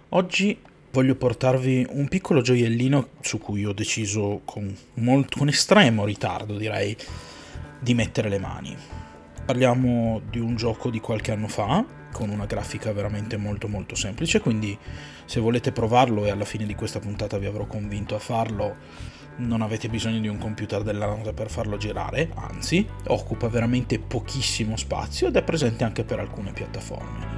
Oggi voglio portarvi un piccolo gioiellino su cui ho deciso con estremo ritardo, direi, di mettere le mani. Parliamo di un gioco di qualche anno fa, con una grafica veramente molto semplice, quindi se volete provarlo e alla fine di questa puntata vi avrò convinto a farlo, non avete bisogno di un computer della notte per farlo girare, anzi, occupa veramente pochissimo spazio ed è presente anche per alcune piattaforme.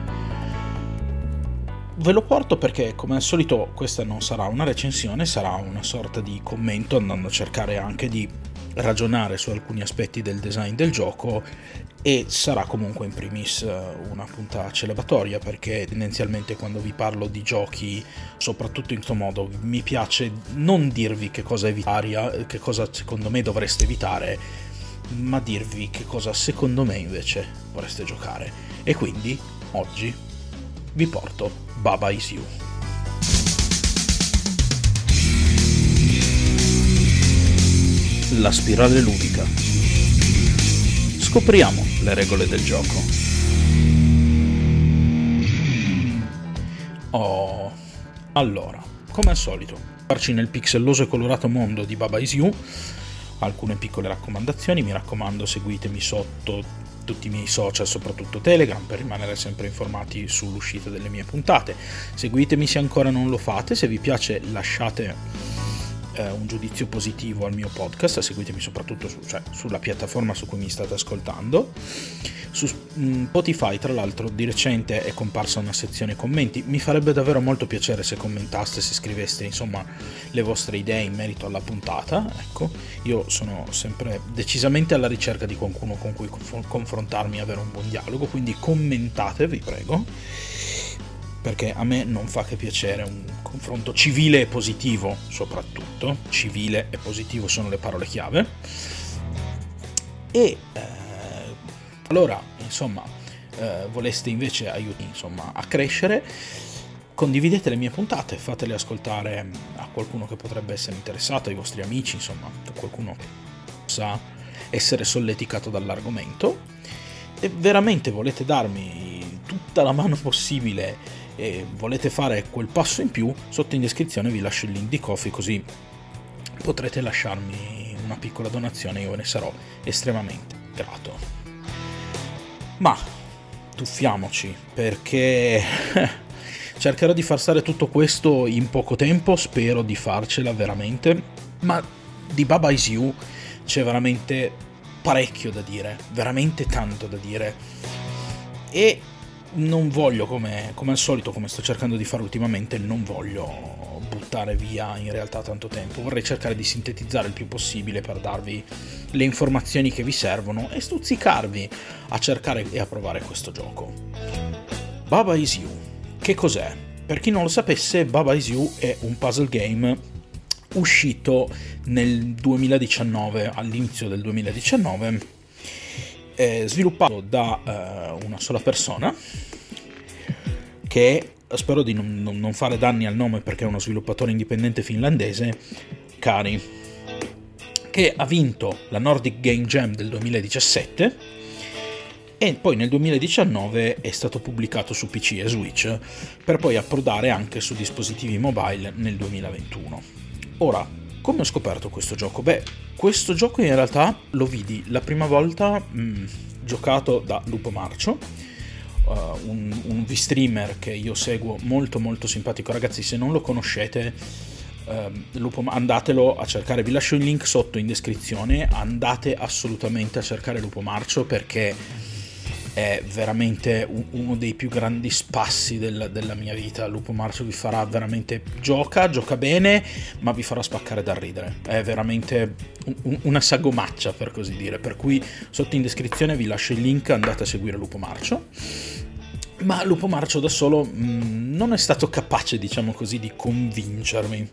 Ve lo porto perché, come al solito, questa non sarà una recensione, sarà una sorta di commento, andando a cercare anche di ragionare su alcuni aspetti del design del gioco, e sarà comunque in primis una puntata celebratoria, perché tendenzialmente quando vi parlo di giochi, soprattutto in questo modo, mi piace non dirvi che cosa evitare, che cosa secondo me dovreste evitare, ma dirvi che cosa secondo me invece vorreste giocare. E quindi oggi vi porto Baba Is You. La spirale ludica. Scopriamo le regole del gioco. Allora, come al solito, farci nel pixelloso e colorato mondo di Baba Is You. Alcune piccole raccomandazioni, mi raccomando, seguitemi sotto tutti i miei social, soprattutto Telegram, per rimanere sempre informati sull'uscita delle mie puntate. Seguitemi se ancora non lo fate, se vi piace lasciate un giudizio positivo al mio podcast, seguitemi soprattutto sulla piattaforma su cui mi state ascoltando. Su Spotify, tra l'altro, di recente è comparsa una sezione commenti, mi farebbe davvero molto piacere se commentaste, se scriveste insomma le vostre idee in merito alla puntata. Ecco, io sono sempre decisamente alla ricerca di qualcuno con cui confrontarmi e avere un buon dialogo, quindi commentate, vi prego, perché a me non fa che piacere un confronto civile e positivo, soprattutto civile e positivo sono le parole chiave. E allora, insomma, voleste invece aiuti a crescere, condividete le mie puntate, fatele ascoltare a qualcuno che potrebbe essere interessato, ai vostri amici, insomma, a qualcuno che possa essere solleticato dall'argomento. E veramente volete darmi tutta la mano possibile e volete fare quel passo in più, sotto in descrizione vi lascio il link di Ko-fi, così potrete lasciarmi una piccola donazione, io ve ne sarò estremamente grato. Ma tuffiamoci, perché cercherò di far stare tutto questo in poco tempo, spero di farcela veramente, ma di Baba Is You c'è veramente parecchio da dire, veramente tanto da dire, e non voglio, come al solito, come sto cercando di fare ultimamente, non voglio buttare via in realtà tanto tempo, vorrei cercare di sintetizzare il più possibile per darvi le informazioni che vi servono e stuzzicarvi a cercare e a provare questo gioco. Baba Is You, che cos'è? Per chi non lo sapesse, Baba Is You è un puzzle game uscito nel 2019, all'inizio del 2019, sviluppato da una sola persona, che spero di non fare danni al nome perché è uno sviluppatore indipendente finlandese, Kari, che ha vinto la Nordic Game Jam del 2017 e poi nel 2019 è stato pubblicato su PC e Switch, per poi approdare anche su dispositivi mobile nel 2021. Ora, come ho scoperto questo gioco? Beh, questo gioco in realtà lo vidi la prima volta giocato da Lupo Marcio, un V-streamer che io seguo, molto simpatico. Ragazzi, se non lo conoscete, andatelo a cercare, vi lascio il link sotto in descrizione, andate assolutamente a cercare Lupo Marcio, perché è veramente uno dei più grandi spassi della mia vita. Lupo Marcio vi farà veramente, gioca bene, ma vi farà spaccare dal ridere, è veramente una sagomaccia, per così dire, per cui sotto in descrizione vi lascio il link, andate a seguire Lupo Marcio. Ma Lupo Marcio da solo non è stato capace, diciamo così, di convincermi.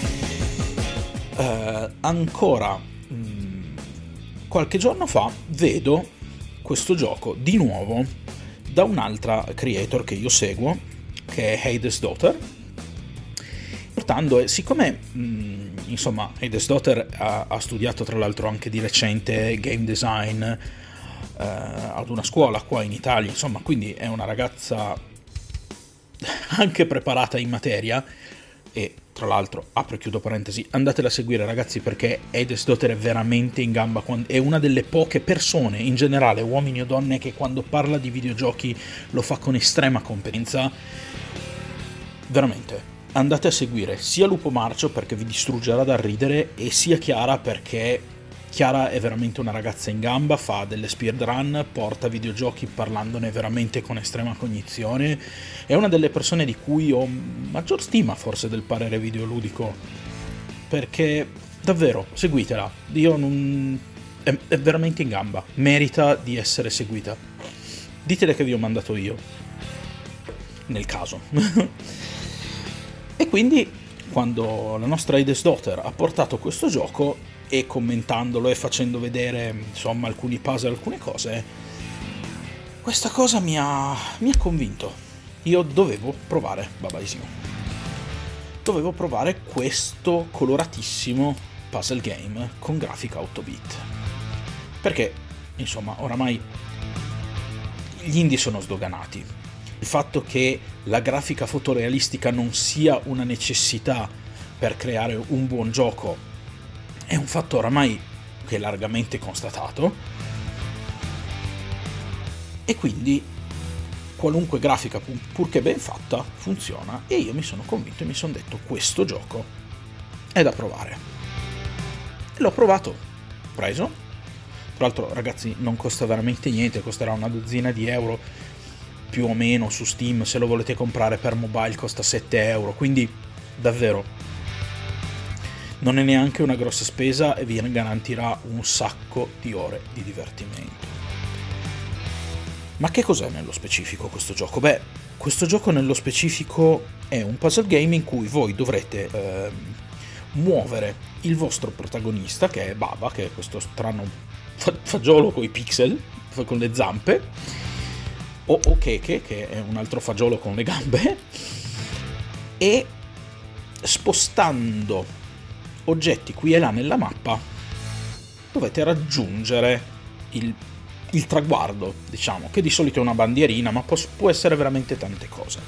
Ancora qualche giorno fa vedo questo gioco di nuovo da un'altra creator che io seguo, che è Hades Daughter, portando, siccome insomma Hades Daughter ha studiato tra l'altro anche di recente game design ad una scuola qua in Italia, insomma, quindi è una ragazza anche preparata in materia. E tra l'altro, apro e chiudo parentesi, andatela a seguire ragazzi, perché Eidesdotter è veramente in gamba, è una delle poche persone, in generale uomini o donne, che quando parla di videogiochi lo fa con estrema competenza. Veramente, andate a seguire sia Lupo Marcio, perché vi distruggerà dal ridere, e sia Chiara, perché Chiara è veramente una ragazza in gamba, fa delle speedrun, porta videogiochi parlandone veramente con estrema cognizione, è una delle persone di cui ho maggior stima forse del parere videoludico, perché davvero, seguitela, è veramente in gamba, merita di essere seguita. Ditele che vi ho mandato io, nel caso. E quindi, quando la nostra Eidesdotter ha portato questo gioco, e commentandolo e facendo vedere insomma alcuni puzzle, alcune cose, questa cosa mi ha convinto. Io dovevo provare Baba Is You, dovevo provare questo coloratissimo puzzle game con grafica 8-bit, perché insomma oramai gli indie sono sdoganati. Il fatto che la grafica fotorealistica non sia una necessità per creare un buon gioco è un fatto oramai che è largamente constatato, e quindi qualunque grafica, purché ben fatta, funziona, e io mi sono convinto e mi sono detto questo gioco è da provare. E l'ho provato, preso. Tra l'altro ragazzi non costa veramente niente, costerà una dozzina di euro più o meno su Steam, se lo volete comprare per mobile costa 7 euro, quindi davvero non è neanche una grossa spesa e vi garantirà un sacco di ore di divertimento. Ma che cos'è nello specifico questo gioco? Beh, questo gioco nello specifico è un puzzle game in cui voi dovrete muovere il vostro protagonista, che è Baba, che è questo strano fagiolo con i pixel, con le zampe, o Keke, che è un altro fagiolo con le gambe, e spostando oggetti qui e là nella mappa dovete raggiungere il traguardo, diciamo, che di solito è una bandierina, ma può essere veramente tante cose.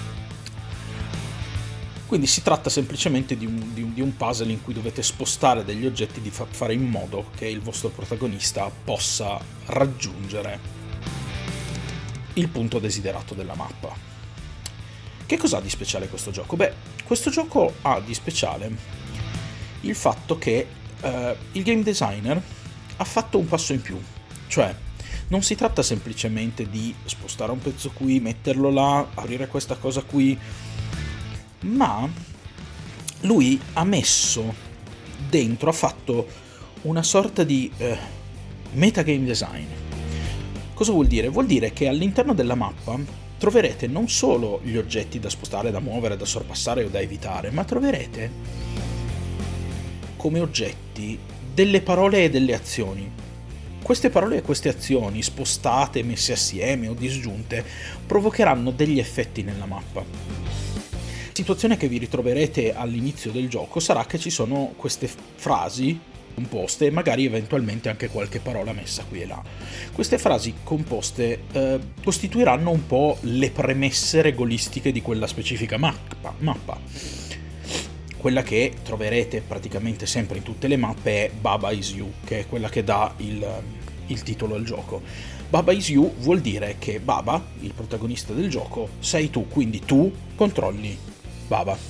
Quindi si tratta semplicemente di un puzzle in cui dovete spostare degli oggetti, di fare in modo che il vostro protagonista possa raggiungere il punto desiderato della mappa. Che cos'ha di speciale questo gioco? Beh, questo gioco ha di speciale il fatto che il game designer ha fatto un passo in più, cioè non si tratta semplicemente di spostare un pezzo qui, metterlo là, aprire questa cosa qui, ma lui ha messo dentro, ha fatto una sorta di metagame design. Cosa vuol dire? Vuol dire che all'interno della mappa troverete non solo gli oggetti da spostare, da muovere, da sorpassare o da evitare, ma troverete come oggetti delle parole e delle azioni. Queste parole e queste azioni, spostate, messe assieme o disgiunte, provocheranno degli effetti nella mappa. La situazione che vi ritroverete all'inizio del gioco sarà che ci sono queste frasi composte e magari eventualmente anche qualche parola messa qui e là. Queste frasi composte costituiranno un po' le premesse regolistiche di quella specifica mappa. Quella che troverete praticamente sempre in tutte le mappe è Baba Is You, che è quella che dà il titolo al gioco. Baba Is You vuol dire che Baba, il protagonista del gioco, sei tu, quindi tu controlli Baba.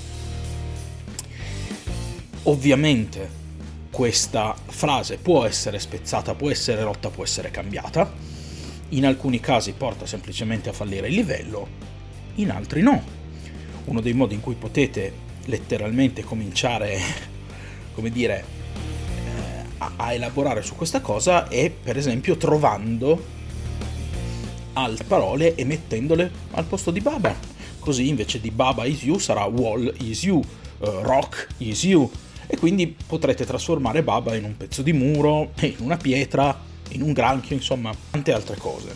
Ovviamente questa frase può essere spezzata, può essere rotta, può essere cambiata. In alcuni casi porta semplicemente a fallire il livello, in altri no. Uno dei modi in cui potete letteralmente cominciare, come dire, a elaborare su questa cosa è per esempio trovando altre parole e mettendole al posto di Baba. Così invece di Baba Is You sarà Wall Is You, Rock Is You, e quindi potrete trasformare Baba in un pezzo di muro, in una pietra, in un granchio, insomma tante altre cose.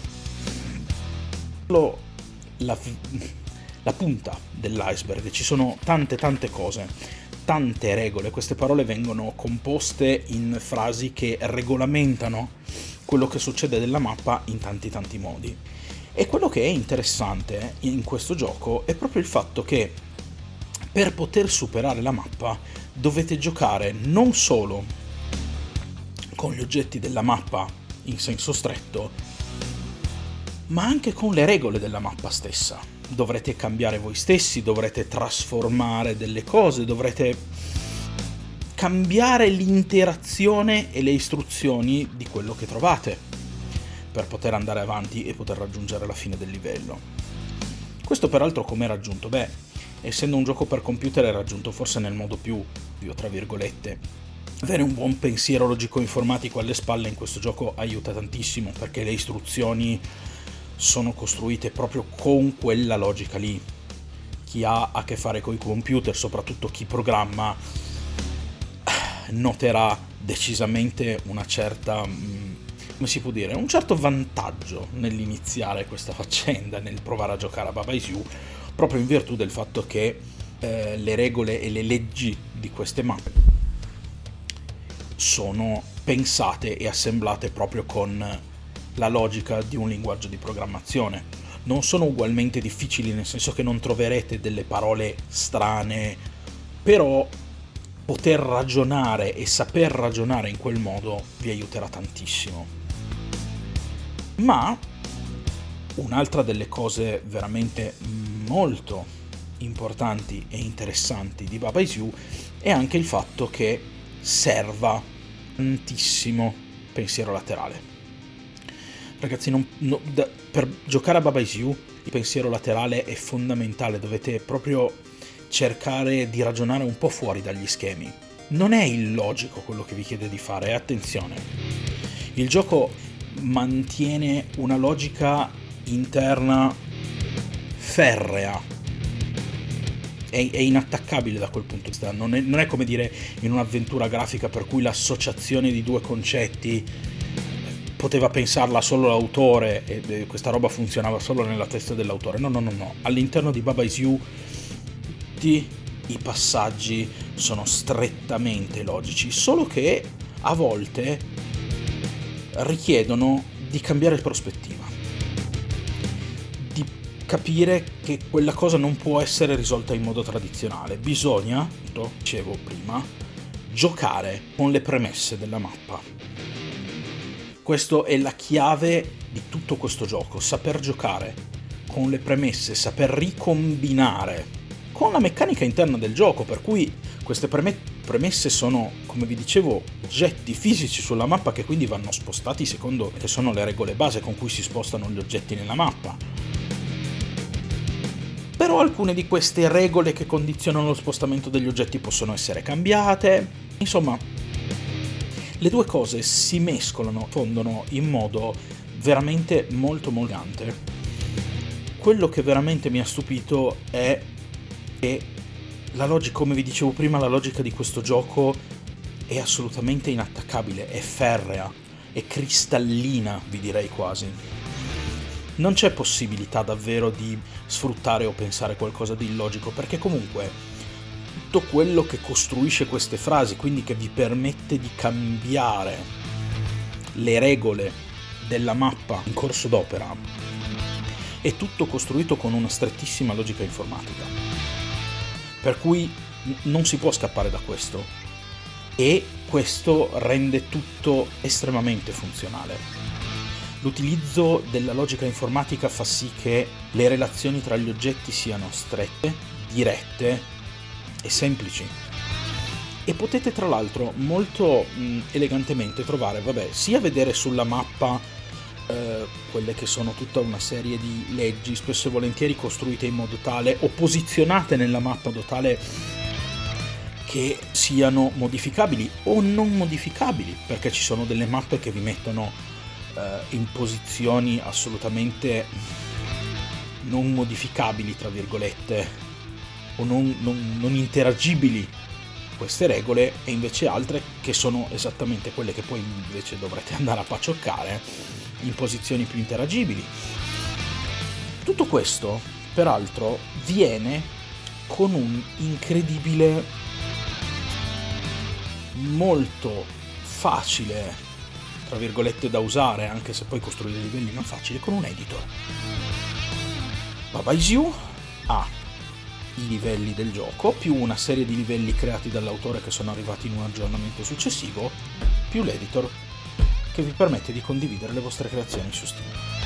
La punta dell'iceberg, ci sono tante cose, tante regole. Queste parole vengono composte in frasi che regolamentano quello che succede nella mappa in tanti modi. E quello che è interessante in questo gioco è proprio il fatto che per poter superare la mappa dovete giocare non solo con gli oggetti della mappa in senso stretto, ma anche con le regole della mappa stessa. Dovrete cambiare voi stessi, dovrete trasformare delle cose, dovrete cambiare l'interazione e le istruzioni di quello che trovate per poter andare avanti e poter raggiungere la fine del livello. Questo peraltro come è raggiunto? Beh, essendo un gioco per computer è raggiunto forse nel modo più tra virgolette. Avere un buon pensiero logico-informatico alle spalle in questo gioco aiuta tantissimo, perché le istruzioni sono costruite proprio con quella logica lì. Chi ha a che fare con i computer, soprattutto chi programma, noterà decisamente una certa, come si può dire, un certo vantaggio nell'iniziare questa faccenda, nel provare a giocare a Baba Is You, proprio in virtù del fatto che le regole e le leggi di queste mappe sono pensate e assemblate proprio con la logica di un linguaggio di programmazione. Non sono ugualmente difficili, nel senso che non troverete delle parole strane, però poter ragionare e saper ragionare in quel modo vi aiuterà tantissimo. Ma un'altra delle cose veramente molto importanti e interessanti di Baba Is You è anche il fatto che serva tantissimo pensiero laterale. Ragazzi, per giocare a Baba Is You il pensiero laterale è fondamentale, dovete proprio cercare di ragionare un po' fuori dagli schemi. Non è illogico quello che vi chiede di fare, e attenzione, il gioco mantiene una logica interna ferrea, è inattaccabile da quel punto di vista, non è come dire in un'avventura grafica per cui l'associazione di due concetti poteva pensarla solo l'autore e questa roba funzionava solo nella testa dell'autore. No. All'interno di Baba Is You tutti i passaggi sono strettamente logici, solo che a volte richiedono di cambiare prospettiva, di capire che quella cosa non può essere risolta in modo tradizionale. Bisogna, dicevo prima, giocare con le premesse della mappa. Questa è la chiave di tutto questo gioco, saper giocare con le premesse, saper ricombinare con la meccanica interna del gioco, per cui queste premesse sono, come vi dicevo, oggetti fisici sulla mappa che quindi vanno spostati secondo che sono le regole base con cui si spostano gli oggetti nella mappa. Però alcune di queste regole che condizionano lo spostamento degli oggetti possono essere cambiate. Insomma, le due cose si mescolano, fondono in modo veramente molto elegante. Quello che veramente mi ha stupito è che la logica, come vi dicevo prima, la logica di questo gioco è assolutamente inattaccabile, è ferrea, è cristallina, vi direi quasi. Non c'è possibilità davvero di sfruttare o pensare qualcosa di illogico, perché comunque tutto quello che costruisce queste frasi, quindi che vi permette di cambiare le regole della mappa in corso d'opera, è tutto costruito con una strettissima logica informatica, per cui non si può scappare da questo, e questo rende tutto estremamente funzionale. L'utilizzo della logica informatica fa sì che le relazioni tra gli oggetti siano strette, dirette e semplici, e potete tra l'altro molto elegantemente trovare, sia vedere sulla mappa quelle che sono tutta una serie di leggi, spesso e volentieri costruite in modo tale o posizionate nella mappa in modo tale che siano modificabili o non modificabili, perché ci sono delle mappe che vi mettono in posizioni assolutamente non modificabili, tra virgolette, o non interagibili queste regole, e invece altre che sono esattamente quelle che poi invece dovrete andare a paccioccare in posizioni più interagibili. Tutto questo, peraltro, viene con un incredibile, molto facile, tra virgolette da usare, anche se poi costruire livelli non facili, con un editor. Baba Is You ha i livelli del gioco, più una serie di livelli creati dall'autore che sono arrivati in un aggiornamento successivo, più l'editor che vi permette di condividere le vostre creazioni su Steam.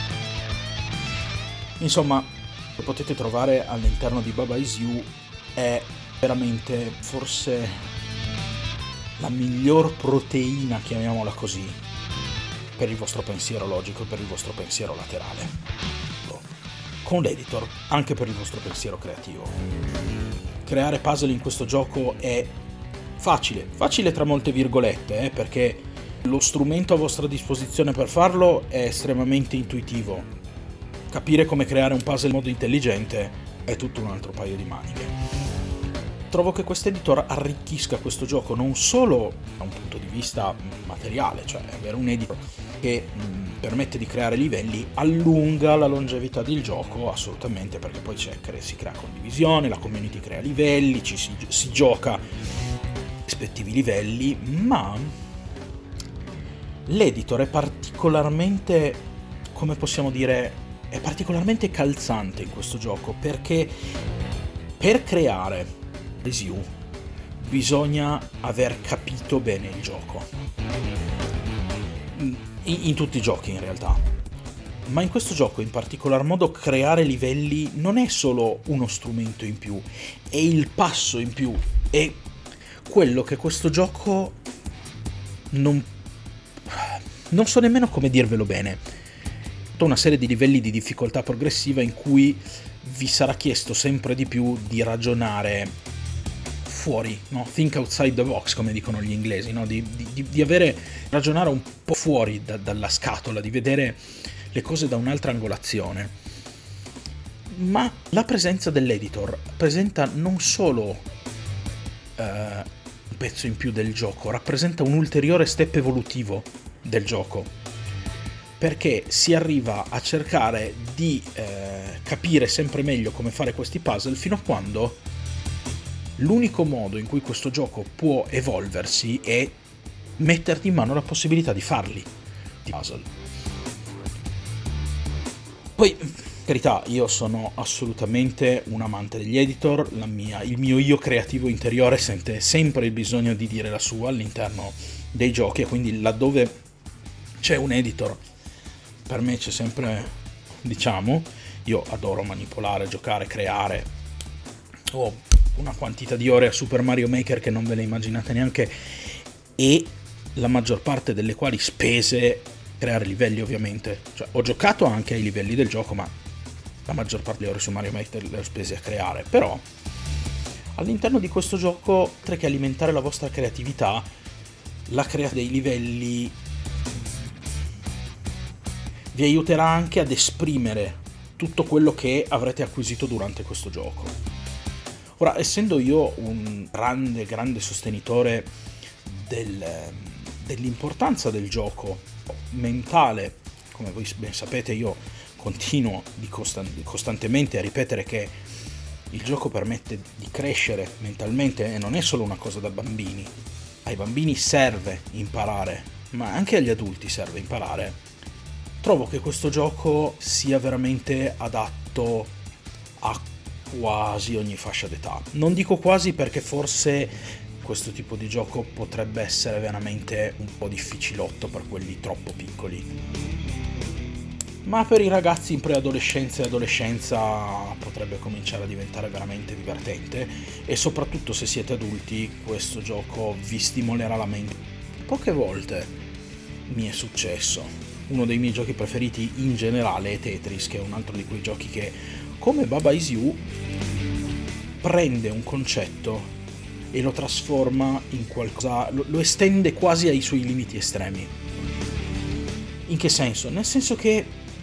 Insomma, quello che potete trovare all'interno di Baba Is You è veramente forse la miglior proteina, chiamiamola così, per il vostro pensiero logico e per il vostro pensiero laterale. Con l'editor, anche per il vostro pensiero creativo. Creare puzzle in questo gioco è facile tra molte virgolette, perché lo strumento a vostra disposizione per farlo è estremamente intuitivo. Capire come creare un puzzle in modo intelligente è tutto un altro paio di maniche. Trovo che quest'editor arricchisca questo gioco non solo da un punto di vista materiale, cioè avere un editor che permette di creare livelli allunga la longevità del gioco assolutamente, perché poi si crea condivisione, la community crea livelli, si gioca rispettivi livelli, ma l'editor è particolarmente, come possiamo dire, è particolarmente calzante in questo gioco, perché per creare Is You bisogna aver capito bene il gioco. In tutti i giochi in realtà, ma in questo gioco in particolar modo creare livelli non è solo uno strumento in più, è il passo in più, è quello che questo gioco non so nemmeno come dirvelo bene. Tutta una serie di livelli di difficoltà progressiva in cui vi sarà chiesto sempre di più di ragionare fuori, no? Think outside the box, come dicono gli inglesi, no? Di ragionare un po' fuori dalla scatola, di vedere le cose da un'altra angolazione. Ma la presenza dell'editor presenta non solo un pezzo in più del gioco, rappresenta un ulteriore step evolutivo del gioco, perché si arriva a cercare di capire sempre meglio come fare questi puzzle, fino a quando l'unico modo in cui questo gioco può evolversi è metterti in mano la possibilità di farli, di puzzle. Poi, carità, io sono assolutamente un amante degli editor, il mio io creativo interiore sente sempre il bisogno di dire la sua all'interno dei giochi, e quindi laddove c'è un editor, per me c'è sempre, diciamo, io adoro manipolare, giocare, creare, una quantità di ore a Super Mario Maker che non ve le immaginate neanche, e la maggior parte delle quali spese creare livelli, ovviamente. Cioè, ho giocato anche ai livelli del gioco, ma la maggior parte delle ore su Mario Maker le ho spese a creare. Però all'interno di questo gioco, oltre che alimentare la vostra creatività, la creazione dei livelli vi aiuterà anche ad esprimere tutto quello che avrete acquisito durante questo gioco. Ora, essendo io un grande sostenitore dell'importanza del gioco mentale, come voi ben sapete, io continuo costantemente a ripetere che il gioco permette di crescere mentalmente e non è solo una cosa da bambini. Ai bambini serve imparare, ma anche agli adulti serve imparare. Trovo che questo gioco sia veramente adatto a quasi ogni fascia d'età. Non dico quasi, perché forse questo tipo di gioco potrebbe essere veramente un po' difficilotto per quelli troppo piccoli, ma per i ragazzi in preadolescenza e adolescenza potrebbe cominciare a diventare veramente divertente, e soprattutto se siete adulti questo gioco vi stimolerà la mente. Poche volte mi è successo. Uno dei miei giochi preferiti in generale è Tetris, che è un altro di quei giochi che, come Baba Is You, prende un concetto e lo trasforma in qualcosa, lo estende quasi ai suoi limiti estremi. In che senso? Nel senso che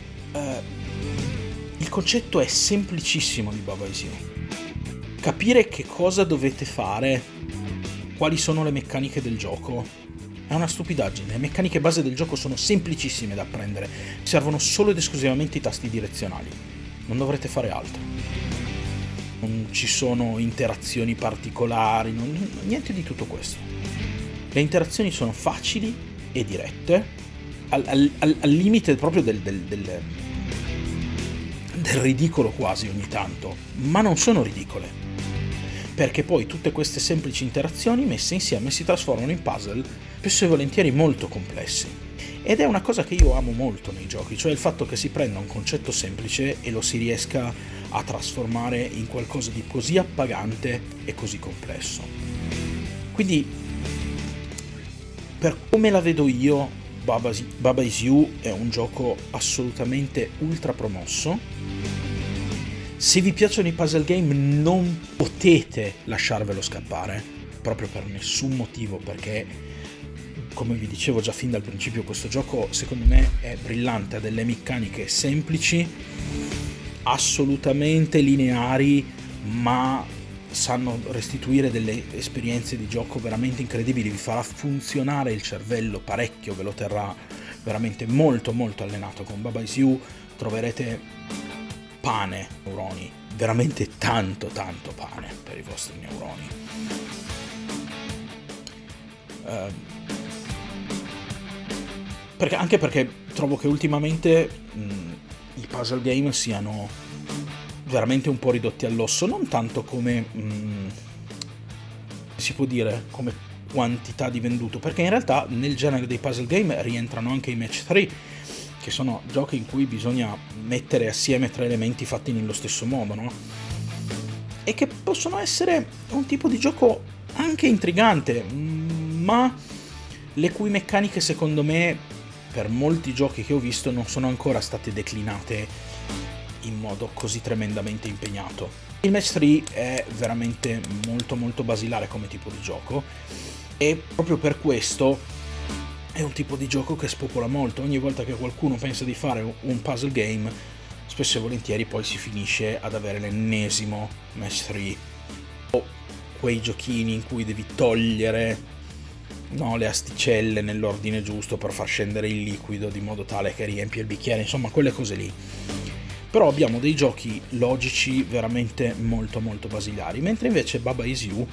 il concetto è semplicissimo di Baba Is You. Capire che cosa dovete fare, quali sono le meccaniche del gioco, è una stupidaggine. Le meccaniche base del gioco sono semplicissime da apprendere, servono solo ed esclusivamente i tasti direzionali, non dovrete fare altro. Non ci sono interazioni particolari, niente di tutto questo. Le interazioni sono facili e dirette, al limite proprio del ridicolo quasi ogni tanto, ma non sono ridicole, perché poi tutte queste semplici interazioni messe insieme si trasformano in puzzle spesso e volentieri molto complessi. Ed è una cosa che io amo molto nei giochi, cioè il fatto che si prenda un concetto semplice e lo si riesca a trasformare in qualcosa di così appagante e così complesso. Quindi, per come la vedo io, Baba Is You è un gioco assolutamente ultra promosso. Se vi piacciono i puzzle game non potete lasciarvelo scappare, proprio per nessun motivo, perché, come vi dicevo già fin dal principio, questo gioco secondo me è brillante, ha delle meccaniche semplici, assolutamente lineari, ma sanno restituire delle esperienze di gioco veramente incredibili, vi farà funzionare il cervello parecchio, ve lo terrà veramente molto molto allenato. Con Baba Is You troverete pane, neuroni, veramente tanto pane per i vostri neuroni. Anche perché trovo che ultimamente i puzzle game siano veramente un po' ridotti all'osso, non tanto come si può dire come quantità di venduto, perché in realtà nel genere dei puzzle game rientrano anche i match 3, che sono giochi in cui bisogna mettere assieme tre elementi fatti nello stesso modo, no? E che possono essere un tipo di gioco anche intrigante, ma le cui meccaniche secondo me per molti giochi che ho visto non sono ancora state declinate in modo così tremendamente impegnato. Il match 3 è veramente molto molto basilare come tipo di gioco, e proprio per questo è un tipo di gioco che spopola molto. Ogni volta che qualcuno pensa di fare un puzzle game, spesso e volentieri poi si finisce ad avere l'ennesimo match 3, o quei giochini in cui devi togliere le asticelle nell'ordine giusto per far scendere il liquido di modo tale che riempie il bicchiere, insomma quelle cose lì. Però abbiamo dei giochi logici veramente molto molto basilari, mentre invece Baba Is You,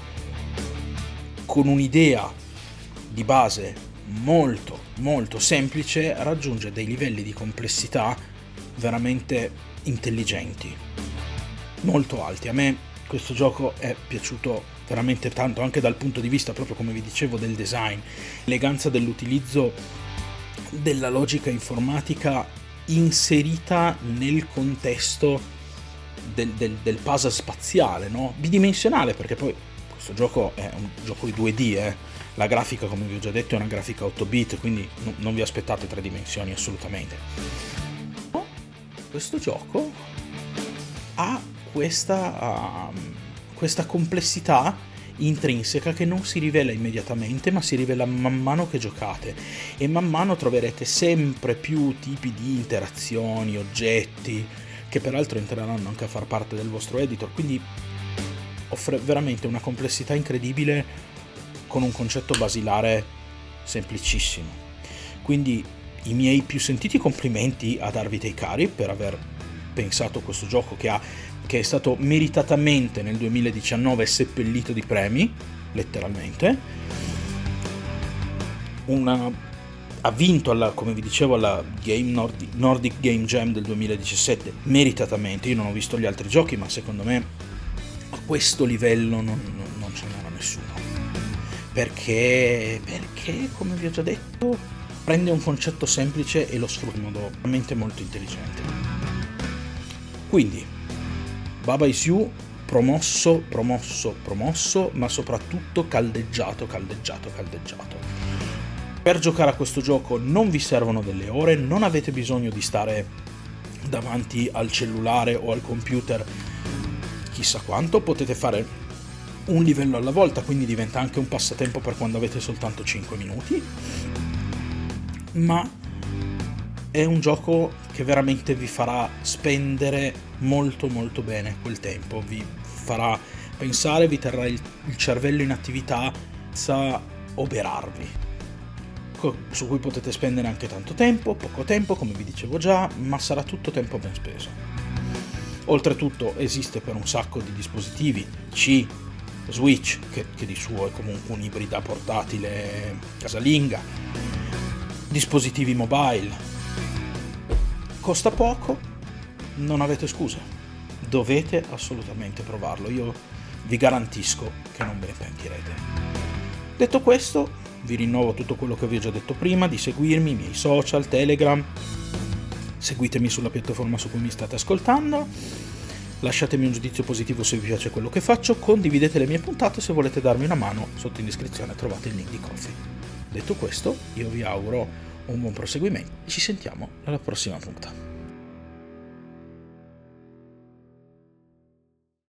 con un'idea di base molto molto semplice, raggiunge dei livelli di complessità veramente intelligenti, molto alti. A me questo gioco è piaciuto veramente tanto, anche dal punto di vista, proprio come vi dicevo, del design, l'eleganza dell'utilizzo della logica informatica inserita nel contesto del puzzle spaziale, no? Bidimensionale, perché poi questo gioco è un gioco di 2D, La grafica, come vi ho già detto, è una grafica 8 bit, quindi non vi aspettate 3 dimensioni assolutamente. Questo gioco ha questa complessità intrinseca che non si rivela immediatamente, ma si rivela man mano che giocate, e man mano troverete sempre più tipi di interazioni, oggetti, che peraltro entreranno anche a far parte del vostro editor, quindi offre veramente una complessità incredibile con un concetto basilare semplicissimo. Quindi i miei più sentiti complimenti a Darvi dei Cari per aver pensato questo gioco che è stato meritatamente nel 2019 seppellito di premi, letteralmente. Ha vinto, come vi dicevo, alla Nordic Game Jam del 2017, meritatamente. Io non ho visto gli altri giochi, ma secondo me a questo livello non ce n'era nessuno. Perché, come vi ho già detto, prende un concetto semplice e lo sfrutta in modo veramente molto intelligente. Quindi Baba Is You promosso, ma soprattutto caldeggiato. Per giocare a questo gioco non vi servono delle ore, non avete bisogno di stare davanti al cellulare o al computer chissà quanto, potete fare un livello alla volta, quindi diventa anche un passatempo per quando avete soltanto 5 minuti, ma è un gioco che veramente vi farà spendere molto molto bene quel tempo, vi farà pensare, vi terrà il cervello in attività senza oberarvi, su cui potete spendere anche tanto tempo, poco tempo, come vi dicevo già, ma sarà tutto tempo ben speso. Oltretutto esiste per un sacco di dispositivi, Switch, che di suo è comunque un'ibrida portatile casalinga, dispositivi mobile. Costa poco, non avete scuse. Dovete assolutamente provarlo. Io vi garantisco che non ve ne pentirete. Detto questo, vi rinnovo tutto quello che vi ho già detto prima, di seguirmi, i miei social, Telegram. Seguitemi sulla piattaforma su cui mi state ascoltando. Lasciatemi un giudizio positivo se vi piace quello che faccio. Condividete le mie puntate. Se volete darmi una mano, sotto in descrizione trovate il link di Ko-fi. Detto questo, io vi auguro un buon proseguimento e ci sentiamo alla prossima puntata.